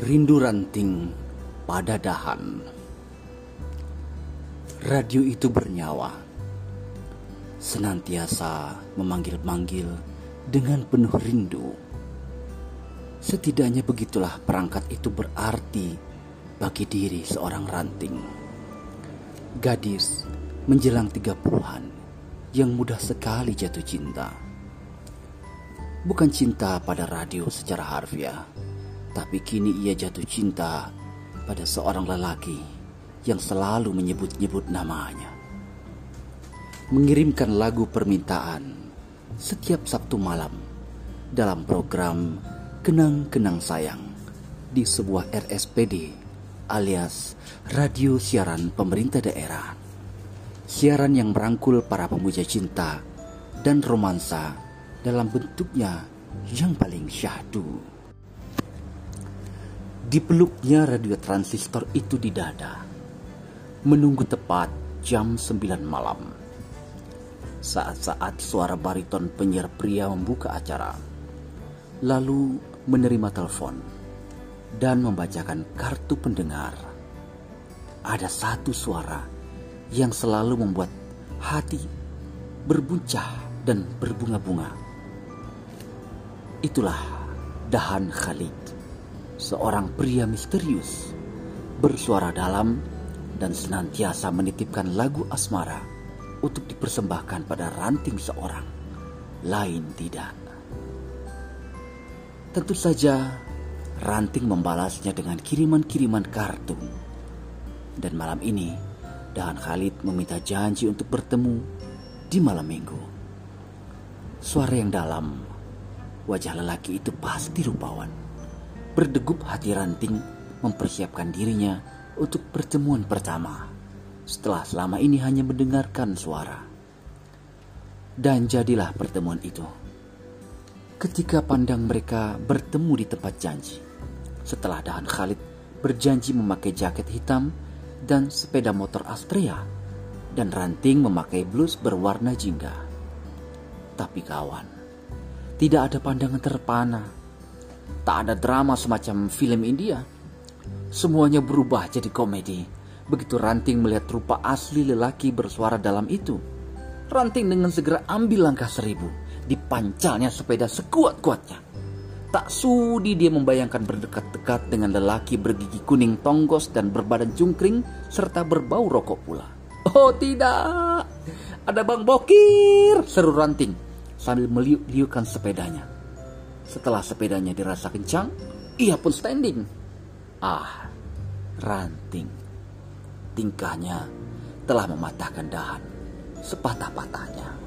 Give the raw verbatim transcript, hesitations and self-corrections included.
Rindu ranting pada dahan. Radio itu bernyawa, senantiasa memanggil-manggil dengan penuh rindu. Setidaknya begitulah perangkat itu berarti bagi diri seorang ranting. Gadis menjelang tiga puluhan yang mudah sekali jatuh cinta. Bukan cinta pada radio secara harfiah, tapi kini ia jatuh cinta pada seorang lelaki yang selalu menyebut-nyebut namanya. Mengirimkan lagu permintaan setiap Sabtu malam dalam program Kenang-Kenang Sayang di sebuah R S P D alias Radio Siaran Pemerintah Daerah. Siaran yang merangkul para pemuja cinta dan romansa dalam bentuknya yang paling syahdu. Dipeluknya radio transistor itu di dada, menunggu tepat jam sembilan malam. Saat-saat suara bariton penyiar pria membuka acara, lalu menerima telepon dan membacakan kartu pendengar. Ada satu suara yang selalu membuat hati berbuncah dan berbunga-bunga. Itulah Dahan Khalid, seorang pria misterius, bersuara dalam dan senantiasa menitipkan lagu asmara untuk dipersembahkan pada ranting seorang, lain tidak. Tentu saja ranting membalasnya dengan kiriman-kiriman kartu. Dan malam ini Dahan Khalid meminta janji untuk bertemu di malam minggu. Suara yang dalam, wajah lelaki itu pasti rupawan. Berdegup hati ranting mempersiapkan dirinya untuk pertemuan pertama setelah selama ini hanya mendengarkan suara. Dan jadilah pertemuan itu. Ketika pandang mereka bertemu di tempat janji, setelah Dahan Khalid berjanji memakai jaket hitam dan sepeda motor Astrea, dan ranting memakai blus berwarna jingga. Tapi kawan, tidak ada pandangan terpana. Tak ada drama semacam film India. Semuanya berubah jadi komedi begitu ranting melihat rupa asli lelaki bersuara dalam itu. Ranting dengan segera ambil langkah seribu, dipancalnya sepeda sekuat-kuatnya. Tak sudi dia membayangkan berdekat-dekat dengan lelaki bergigi kuning tonggos dan berbadan cungkring serta berbau rokok pula. Oh tidak, ada Bang Bokir, seru ranting sambil meliuk-liukkan sepedanya. Setelah sepedanya dirasa kencang, ia pun standing. Ah, ranting. Tingkahnya telah mematahkan Dahan sepatah-patahnya.